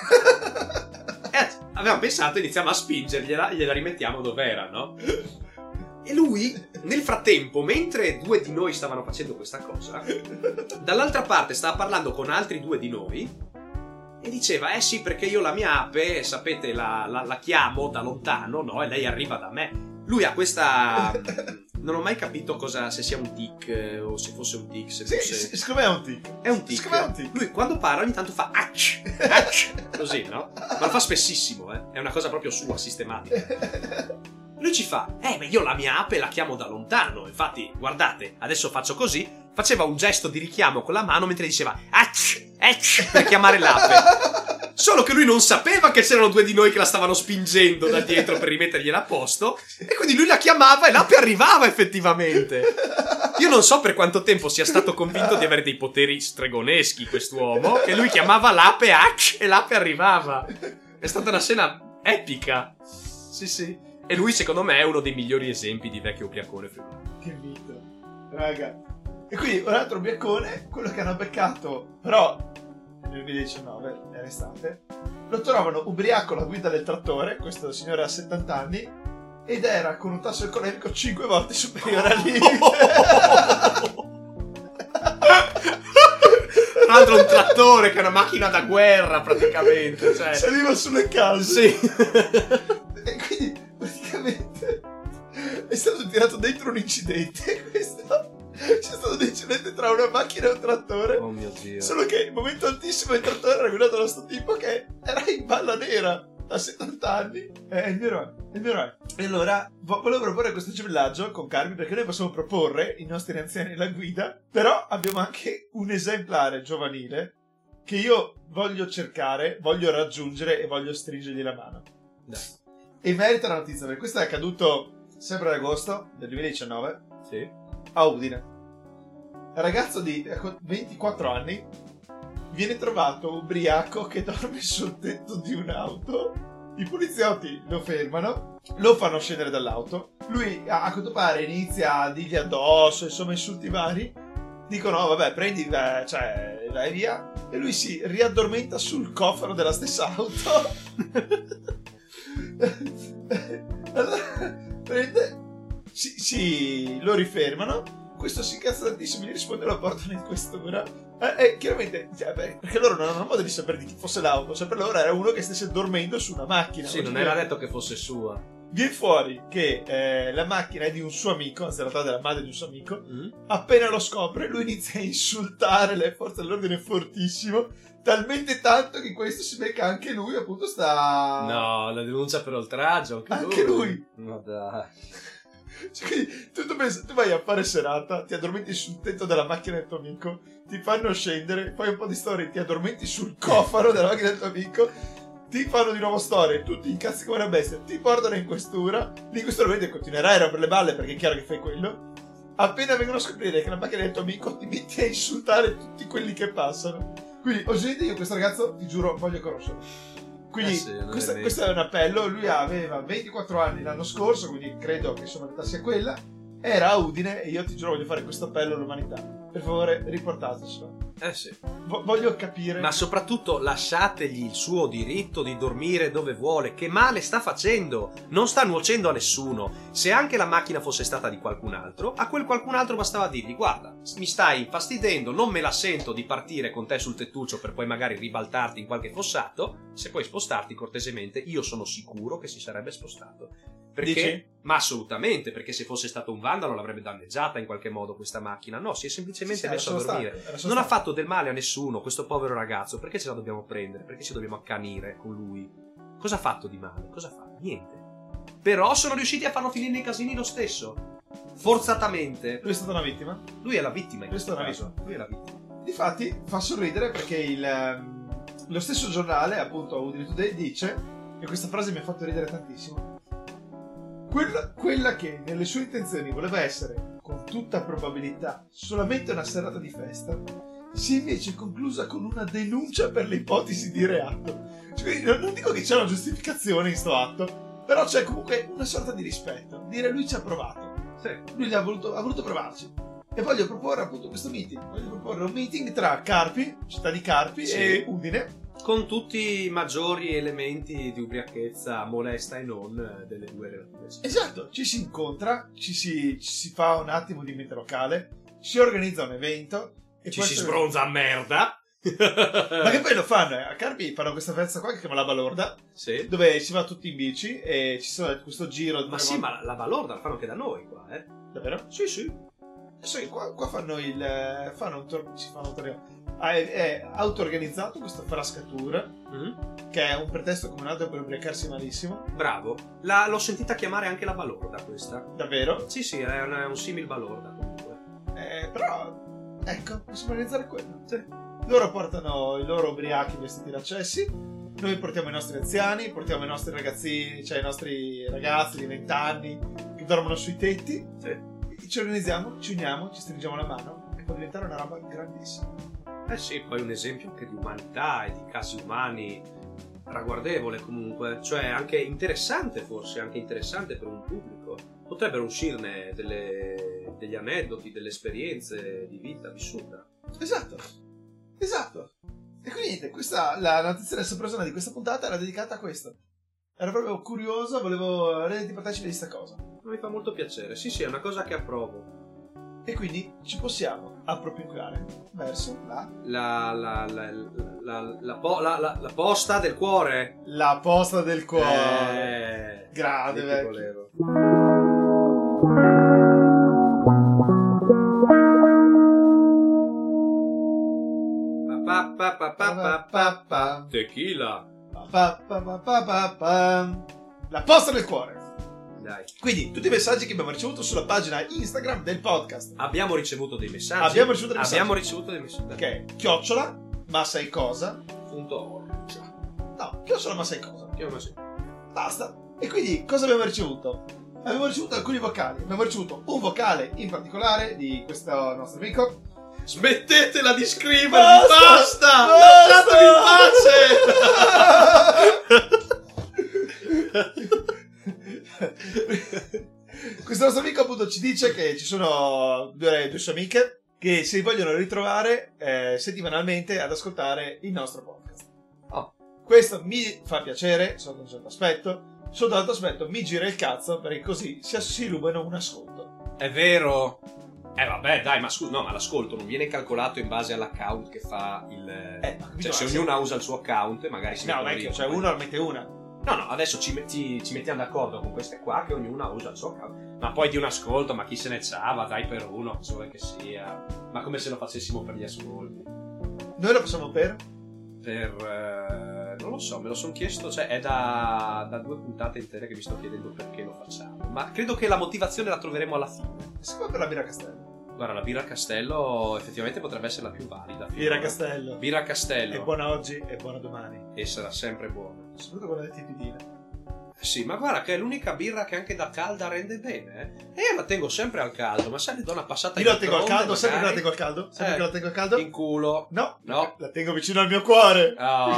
E avevamo pensato, iniziamo a spingergliela e gliela rimettiamo dove era, no? E lui, nel frattempo, mentre due di noi stavano facendo questa cosa, dall'altra parte stava parlando con altri due di noi e diceva, eh sì, perché io la mia ape, sapete, la, la, la chiamo da lontano, no? E lei arriva da me. Lui ha questa... Non ho mai capito cosa, se sia un tic eh, o se fosse un tic. Se Sì, fosse... sì, secondo me è un tic. È un tic. Secondo me è un tic. Lui quando parla ogni tanto fa ach, ach, così, no? Ma lo fa spessissimo, eh? È una cosa proprio sua, sistematica. Lui ci fa, eh, beh, io la mia ape la chiamo da lontano. Infatti, guardate, adesso faccio così. Faceva un gesto di richiamo con la mano mentre diceva ach, ach, per chiamare l'ape. Solo che lui non sapeva che c'erano due di noi che la stavano spingendo da dietro per rimettergliela a posto. E quindi lui la chiamava e l'ape arrivava effettivamente. Io non so per quanto tempo sia stato convinto di avere dei poteri stregoneschi quest'uomo, che lui chiamava l'ape ach e l'ape arrivava. È stata una scena epica. Sì, sì. E lui, secondo me, è uno dei migliori esempi di vecchio ubriacone friulano. Che vita, raga. E quindi un altro ubriacone, quello che hanno beccato, però nel duemiladiciannove, era estate, lo trovano ubriaco alla guida del trattore, questo signore ha settanta anni, ed era con un tasso alcolemico cinque volte superiore al limite. Tra l'altro un trattore che è una macchina da guerra praticamente, cioè... Saliva sulle case. Sì. E quindi praticamente è stato tirato dentro un incidente. Questo c'è stato un incidente tra una macchina e un trattore. Oh mio Dio. Solo che il momento altissimo del trattore era guidato da sto tipo che era in balla nera a settanta anni. È il mio eroe, è il mio eroe. E allora vo- volevo proporre questo gemellaggio con Carmi, perché noi possiamo proporre i nostri anziani la guida, però abbiamo anche un esemplare giovanile che io voglio cercare, voglio raggiungere e voglio stringergli la mano. Dai. E merita la notizia, perché questo è accaduto sempre ad agosto del duemiladiciannove Sì. a Udine. Ragazzo di ventiquattro anni viene trovato ubriaco che dorme sul tetto di un'auto. I poliziotti lo fermano, lo fanno scendere dall'auto. Lui, a, a quanto pare, inizia a dirgli addosso, insomma, insulti vari. Dicono, no, vabbè, prendi, eh, cioè, vai via. E lui si riaddormenta sul cofano della stessa auto. Allora, prende, si, si, lo rifermano. Questo si incazza tantissimo, gli risponde, lo portano in questura. E eh, eh, chiaramente, cioè, beh, perché loro non hanno modo di sapere di chi fosse l'auto. Cioè, per loro era uno che stesse dormendo su una macchina. Sì, non era detto che fosse sua. Viene fuori che eh, la macchina è di un suo amico, anzi in realtà della madre di un suo amico. Mm? Appena lo scopre, lui inizia a insultare le forze dell'ordine fortissimo, talmente tanto che questo si becca anche lui, appunto sta... No, la denuncia per oltraggio, anche, Anche lui. Ma dai. Cioè, quindi, tu, tu, pensi, tu vai a fare serata, ti addormenti sul tetto della macchina del tuo amico, ti fanno scendere, fai un po' di storie, ti addormenti sul cofano della macchina del tuo amico, ti fanno di nuovo storie, tu ti incazzi come una bestia, ti portano in questura, in questura ovviamente continuerai a rompere le balle perché è chiaro che fai quello. Appena vengono a scoprire che la macchina del tuo amico, ti metti a insultare tutti quelli che passano. Quindi, oggettivamente io questo ragazzo, ti giuro, voglio conoscerlo. Quindi Eh sì, questo, è questo è un appello. Lui aveva ventiquattro anni l'anno scorso, quindi credo che insomma l'età sia quella. Era a Udine e io ti giuro voglio fare questo appello all'umanità. Per favore riportatecelo. Eh sì. V- voglio capire. Ma soprattutto lasciategli il suo diritto di dormire dove vuole. Che male sta facendo? Non sta nuocendo a nessuno. Se anche la macchina fosse stata di qualcun altro, a quel qualcun altro bastava dirgli: guarda, mi stai infastidendo, non me la sento di partire con te sul tettuccio per poi magari ribaltarti in qualche fossato. Se puoi spostarti cortesemente, io sono sicuro che si sarebbe spostato. Perché? Dici? Ma assolutamente, perché se fosse stato un vandalo l'avrebbe danneggiata in qualche modo questa macchina. No, si è semplicemente Sì, sì, messo a era dormire. sostanza, era Non ha sostanza. fatto del male a nessuno, questo povero ragazzo. Perché ce la dobbiamo prendere? Perché ci dobbiamo accanire con lui? Cosa ha fatto di male? Cosa ha fatto? Niente. Però sono riusciti a farlo finire nei casini lo stesso. Forzatamente. Lui è stata una vittima. Lui è la vittima in Questo questo è una caso. Lui è la vittima. Difatti fa sorridere perché il, ehm, lo stesso giornale, appunto Udine Today, dice, e questa frase mi ha fatto ridere tantissimo, quella, quella che nelle sue intenzioni voleva essere, con tutta probabilità, solamente una serata di festa, si è invece conclusa con una denuncia per le ipotesi di reato. Cioè, quindi non, non dico che c'è una giustificazione in sto atto, però c'è comunque una sorta di rispetto. Dire lui ci ha provato. Sì. Lui gli ha voluto, ha voluto provarci. E voglio proporre appunto questo meeting. Voglio proporre un meeting tra Carpi, città di Carpi, Sì. e Udine. Con tutti i maggiori elementi di ubriachezza molesta e non eh, delle due relative. Esatto, ci si incontra, ci si, ci si fa un attimo di mente locale, si organizza un evento. E Ci può si essere- sbronza a merda. Ma che poi lo fanno, eh. A Carpi fanno questa festa qua che si chiama la Balorda, Sì. dove si va tutti in bici e ci sono questo giro. Ma sì, ma la, la balorda la fanno anche da noi qua, eh. Davvero? Sì, sì. Adesso qua, qua fanno il. eh, fanno un tor- si fanno un torneo. Ah, è, è auto-organizzato questo Frascatur, Mm. che è un pretesto come un altro per ubriacarsi malissimo. Bravo. La- l'ho sentita chiamare anche la balorda questa. Davvero? Sì, sì, è un, è un simil balorda comunque. Eh, però, ecco, possiamo organizzare quello. Sì. Loro portano i loro ubriachi vestiti da cessi, noi portiamo i nostri anziani, portiamo i nostri ragazzini, cioè i nostri ragazzi di venti anni che dormono sui tetti. Sì. Ci organizziamo, ci uniamo, ci stringiamo la mano e può diventare una roba grandissima. Eh sì, poi un esempio anche di umanità e di casi umani ragguardevole comunque, cioè anche interessante forse, anche interessante per un pubblico. Potrebbero uscirne delle, degli aneddoti, delle esperienze di vita vissuta. Esatto, esatto. E quindi niente, questa, la notizia del soprasona di questa puntata era dedicata a questo. Ero proprio curioso, volevo renderti partecipe di sta cosa. Mi fa molto piacere, sì sì, è una cosa che approvo. E quindi ci possiamo appropinquare verso la... La, la, la, la, la, la, po- la, la, la posta del cuore. La posta del cuore. Eh, Grande, che ti vecchio. volevo. Pa, pa, pa, pa, pa, pa, pa. Tequila. Pa, pa, pa, pa, pa, pa. La posta del cuore. Dai. Quindi tutti i messaggi che abbiamo ricevuto sulla pagina Instagram del podcast. Abbiamo ricevuto dei messaggi. Abbiamo ricevuto dei messaggi. Abbiamo ricevuto dei messaggi. Che è chiocciola, ma sai cosa? Punto org. No, chiocciola, ma sai cosa? Io non so. Basta. E quindi cosa abbiamo ricevuto? Abbiamo ricevuto alcuni vocali. Abbiamo ricevuto un vocale in particolare di questo nostro amico. Smettetela di scrivermi, Basta! basta! Basta! Lasciatemi in pace! Questo nostro amico appunto ci dice che ci sono due, due sue amiche che si vogliono ritrovare eh, settimanalmente ad ascoltare il nostro podcast. Oh. Questo mi fa piacere sotto un certo aspetto. Sotto un altro aspetto mi gira il cazzo perché così si, si rubano un ascolto. È vero. Eh vabbè, dai, ma scusa, no, ma l'ascolto non viene calcolato in base all'account che fa il... Eh, ma cioè, se se- ognuno usa il suo account, magari si No, mettono vecchio, lì. cioè uno mette una. No, no, adesso ci, metti- ci mettiamo d'accordo con queste qua che ognuno usa il suo account. Ma poi di un ascolto, ma chi se ne c'ava, dai per uno, che vuole che sia. Ma come se lo facessimo per gli ascolti. Noi lo facciamo per? Per... eh, non lo so, me lo sono chiesto, cioè è da, da due puntate intere che vi sto chiedendo perché lo facciamo. Ma credo che la motivazione la troveremo alla fine. Secondo me per la birra Castello. Guarda, la birra Castello effettivamente potrebbe essere la più valida. Birra Castello. Birra Castello. È buona oggi e buona domani. E sarà sempre buona. Soprattutto quando è tipidina. Sì, ma guarda che è l'unica birra che anche da calda rende bene. Eh, Eh, la tengo sempre al caldo, ma sai le do una passata Io in la tengo al microonde, caldo, sempre che la magari? tengo al caldo. Sempre Eh, che la tengo al caldo. In culo. No, No. la tengo vicino al mio cuore. Oh.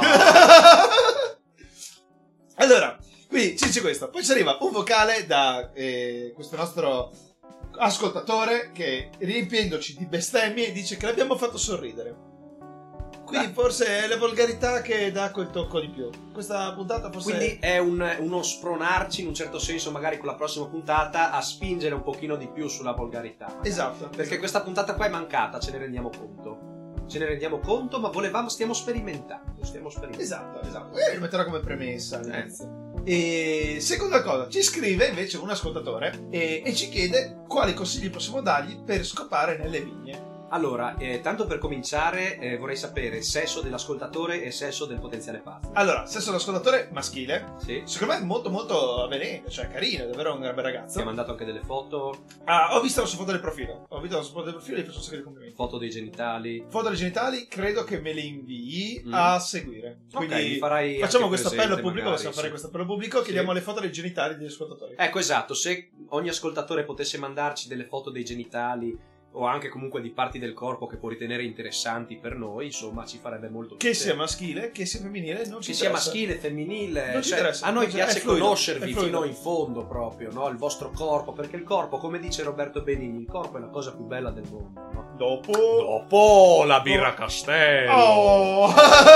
Allora, quindi ci dice questo. Poi ci arriva un vocale da eh, questo nostro ascoltatore che, riempiendoci di bestemmie, dice che l'abbiamo fatto sorridere. Quindi Beh. forse è la volgarità che dà quel tocco di più. Questa puntata forse... Quindi è un- uno spronarci in un certo senso, magari con la prossima puntata, a spingere un pochino di più sulla volgarità. magari. Esatto. Perché questa puntata qua è mancata, ce ne rendiamo conto. Ce ne rendiamo conto, ma volevamo, stiamo sperimentando. Stiamo sperimentando. Esatto, esatto. Magari lo metterò come premessa all'inizio. E seconda cosa, ci scrive invece un ascoltatore e, e ci chiede quali consigli possiamo dargli per scopare nelle vigne. Allora, eh, tanto per cominciare, eh, vorrei sapere sesso dell'ascoltatore e sesso del potenziale partner. Allora, sesso l'ascoltatore maschile, Sì. secondo me è molto molto avvenente, cioè carino, è davvero un gran bel Ti ha ragazzo. mandato anche delle foto, Ah, ho visto la sua foto del profilo, ho visto la sua foto del profilo e gli faccio un sacco di complimenti. foto dei genitali. Foto dei genitali credo che me le invii Mm. a seguire. Quindi Ok, mi farai facciamo anche questo presente, appello pubblico, magari, possiamo sì. fare questo appello pubblico, Sì. chiediamo le foto dei genitali degli ascoltatori. Ecco, esatto, se ogni ascoltatore potesse mandarci delle foto dei genitali o anche comunque di parti del corpo che può ritenere interessanti per noi, insomma, ci farebbe molto Che piacere. sia maschile, che sia femminile, non ci Che sia interessa. maschile, femminile, Non ci cioè, interessa, a noi non ci- piace è fluido, conoscervi è fluido. fino in fondo proprio, no? Il vostro corpo, perché il corpo, come dice Roberto Benigni, il corpo è la cosa più bella del mondo, no? Dopo... Dopo la birra Castello. Oh!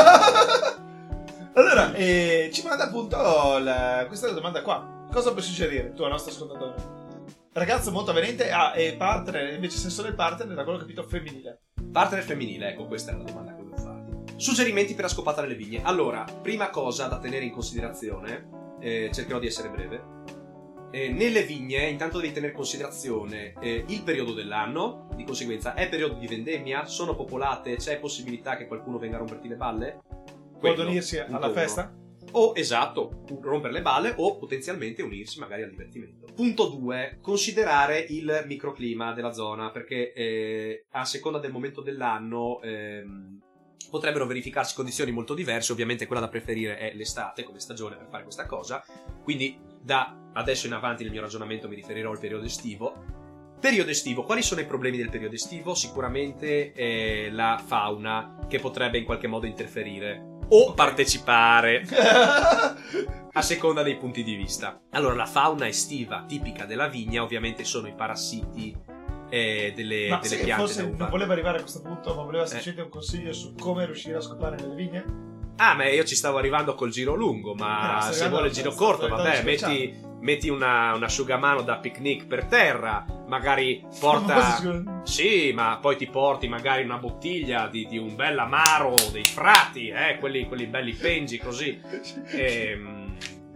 Allora, eh, ci manda appunto la- questa domanda qua. Cosa puoi suggerire tu al nostro ascoltatore? Ragazzo molto avvenente, ah, e partner, invece sesso del partner, da quello che ho capito, femminile. Partner femminile, ecco, questa è la domanda che volevo farti. Suggerimenti per la scopata nelle vigne. Allora, prima cosa da tenere in considerazione, eh, cercherò di essere breve. Eh, nelle vigne, intanto devi tenere in considerazione eh, il periodo dell'anno, di conseguenza è periodo di vendemmia, sono popolate, c'è possibilità che qualcuno venga a romperti le balle? Può Quello, unirsi punto alla uno. festa? O, esatto, rompere le balle o potenzialmente unirsi magari al divertimento. Punto due, considerare il microclima della zona, perché eh, a seconda del momento dell'anno ehm, potrebbero verificarsi condizioni molto diverse. Ovviamente quella da preferire è l'estate come stagione per fare questa cosa, quindi da adesso in avanti nel mio ragionamento mi riferirò al periodo estivo. Periodo estivo, quali sono i problemi del periodo estivo? Sicuramente eh, la fauna che potrebbe in qualche modo interferire o partecipare a seconda dei punti di vista. Allora, la fauna estiva tipica della vigna ovviamente sono i parassiti eh, delle, Ma delle sai che piante forse da uva. non voleva arrivare a questo punto, ma voleva Eh. semplicemente un consiglio su come riuscire a scopare nelle vigne? Ah, ma io ci stavo arrivando col giro lungo, ma Ah, stai se arrivando vuole il al- giro stai corto, arrivando vabbè, al metti, metti una, un asciugamano da picnic per terra, magari Ma porta... sicuro- Sì, ma poi ti porti magari una bottiglia di, di un bel amaro dei frati, eh, quelli, quelli belli pengi così. Ehm,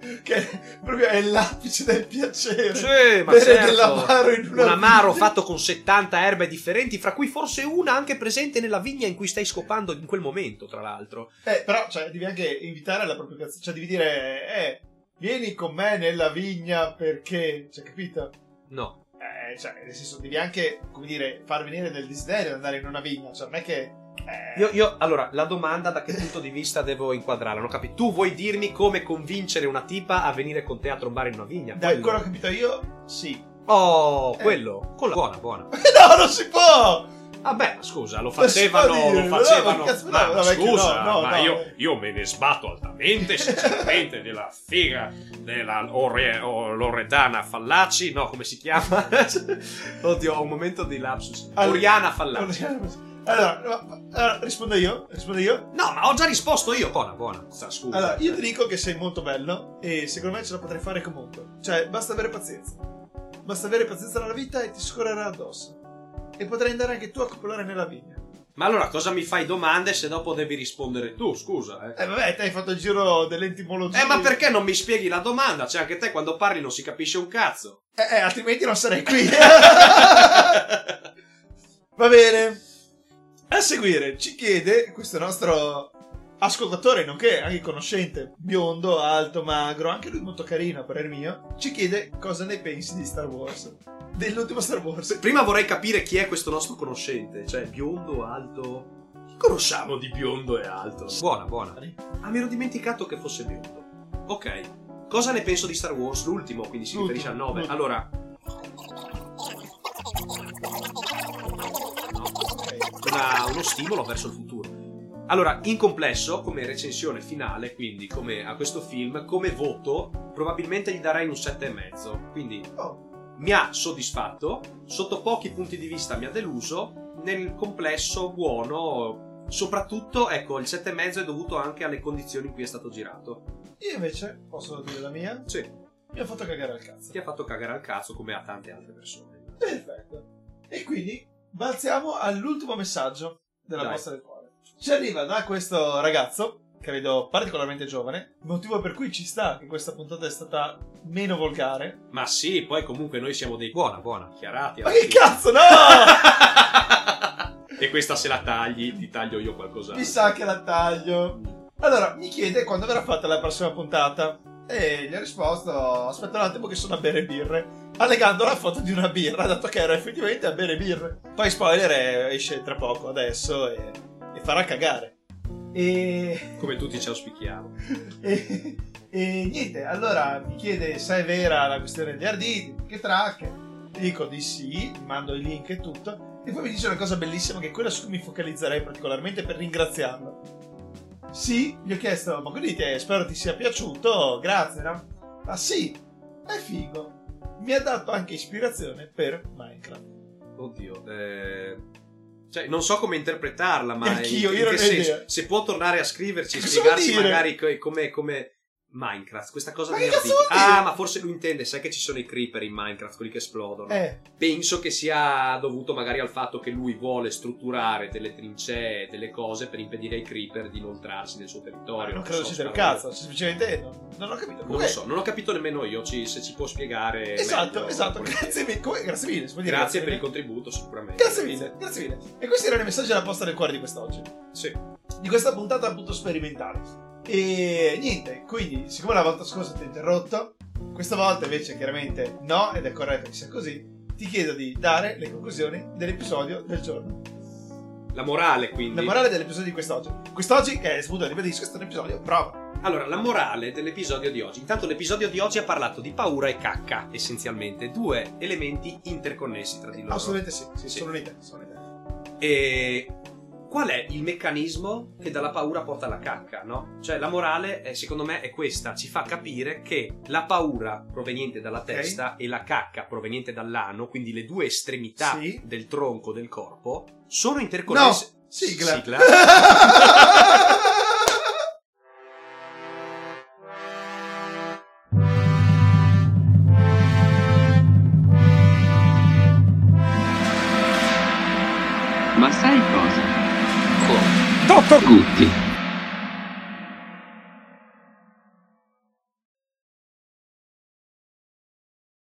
che proprio è l'apice del piacere. Sì, ma bere certo. dell'amaro in una un amaro vigna. fatto con settanta erbe differenti, fra cui forse una anche presente nella vigna in cui stai scopando in quel momento, tra l'altro. Eh, però, cioè, devi anche invitare alla propria cazzo. Cioè, devi dire, eh, vieni con me nella vigna perché, cioè, capito? No. Eh, cioè, nel senso, devi anche, come dire, far venire del desiderio di andare in una vigna. Cioè, non è che... Eh... Io, io, allora, la domanda da che punto di vista devo inquadrarla? Non ho capito. Tu vuoi dirmi come convincere una tipa a venire con te a trombare in una vigna? Da quello che ho capito io, sì. Oh, Eh. quello. Con la buona, buona. No, non si può! Vabbè, scusa, lo Ma si può facevano, dire, lo facevano. no, ma cazzo, ma, no, ma vecchio, scusa, no, no, ma no. io, io me ne sbatto altamente, sinceramente, della figa della Orre- o- Loredana Fallaci, no, come si chiama? Oddio, ho un momento di lapsus. Allora- Oriana Fallaci. Allora, no, allora, rispondo io, rispondo io. No, ma ho già risposto io. Buona, buona. Scusa. Allora, io ti dico che sei molto bello e secondo me ce la potrei fare comunque. Cioè, basta avere pazienza. Basta avere pazienza nella vita e ti scorrerà addosso. E potrai andare anche tu a copulare nella vigna. Ma allora cosa mi fai domande se dopo devi rispondere tu? Scusa, eh. Eh vabbè, te hai fatto il giro dell'entimologia. Eh, ma perché non mi spieghi la domanda? Cioè, anche te quando parli non si capisce un cazzo. Eh, eh altrimenti non sarei qui. Va bene. A seguire ci chiede questo nostro ascoltatore, nonché anche conoscente, biondo, alto, magro, anche lui molto carino a parer mio, ci chiede cosa ne pensi di Star Wars. Dell'ultimo Star Wars. Prima vorrei capire chi è questo nostro conoscente. Cioè, biondo, alto. Chi conosciamo di biondo e alto? Buona, buona. Ah, mi ero dimenticato che fosse biondo. Ok. Cosa ne penso di Star Wars? L'ultimo, quindi si L'ultimo, riferisce al nove. l'ultimo. Allora. Una- uno stimolo verso il futuro. Allora, in complesso, come recensione finale, quindi come a questo film, come voto, probabilmente gli darei un sette e mezzo. Quindi Oh. mi ha soddisfatto, sotto pochi punti di vista mi ha deluso, nel complesso buono, soprattutto, ecco, il sette e mezzo è dovuto anche alle condizioni in cui è stato girato. Io invece, posso dire la mia? Sì, Mi ha fatto cagare al cazzo. ti ha fatto cagare al cazzo come a tante altre persone. Perfetto. E quindi balziamo all'ultimo messaggio della Dai. posta del cuore. Ci arriva da questo ragazzo, credo particolarmente giovane, motivo per cui ci sta che questa puntata è stata meno volgare. Ma sì, poi comunque noi siamo dei... Buona, buona, chiarati. Ma che cazzo, no! E questa se la tagli, ti taglio io qualcos'altro. Mi sa che la taglio. Allora, mi chiede quando verrà fatta la prossima puntata. E gli ho risposto, aspetta un attimo che sono a bere birre, allegando la foto di una birra, dato che ero effettivamente a bere birre. Poi spoiler, eh, esce tra poco adesso e, e farà cagare. E... Come tutti ci auspichiamo. e, e niente, allora mi chiede se è vera la questione degli arditi, che track. Dico di sì, gli mando i link e tutto. E poi mi dice una cosa bellissima, che è quella su cui mi focalizzerei particolarmente per ringraziarlo. Sì, gli ho chiesto, ma quindi te, spero ti sia piaciuto, grazie, no? Ah sì, è figo. Mi ha dato anche ispirazione per Minecraft. Oddio, eh... cioè non so come interpretarla, ma Neanch'io, in, in io non che ho senso? idea. Se può tornare a scriverci e Cosa spiegarci vuol dire? magari co- come, come Minecraft, questa cosa Ma di che cazzo arditi. vuol dire? Ah, ma forse lui intende, sai che ci sono i creeper in Minecraft, quelli che esplodono. Eh, Penso che sia dovuto magari al fatto che lui vuole strutturare delle trincee, delle cose per impedire ai creeper di inoltrarsi nel suo territorio. non credo so, ci sia il spero- cazzo, semplicemente non, non ho capito. Non lo Comunque- so, non ho capito nemmeno io, ci- se ci può spiegare. Esatto, meglio, esatto, volentieri. grazie mille, come- grazie mille, si può dire Grazie per il mille? contributo, sicuramente. Grazie mille, grazie mille. E questi erano i messaggi alla posta del cuore di quest'oggi. Sì. Di questa puntata appunto sperimentale. E niente, quindi siccome la volta scorsa ti ho interrotto, questa volta invece chiaramente no, ed è corretto che sia così, ti chiedo di dare le conclusioni dell'episodio del giorno. La morale, quindi. La morale dell'episodio di quest'oggi. Quest'oggi, che è appunto, ribadisco, questo è un episodio prova. Allora, la morale dell'episodio di oggi. Intanto l'episodio di oggi ha parlato di paura e cacca, essenzialmente. Due elementi interconnessi tra di loro. Assolutamente sì, sì, Sì. sono un'idea, sono un'idea. E qual è il meccanismo che dalla paura porta alla cacca, no? Cioè, la morale, è, secondo me, è questa. Ci fa capire che la paura proveniente dalla testa e la cacca proveniente dall'ano, quindi le due estremità Sì. del tronco del corpo, sono interconnesse. No, sigla. Sigla. Ma sai cosa? Dottor Gutti.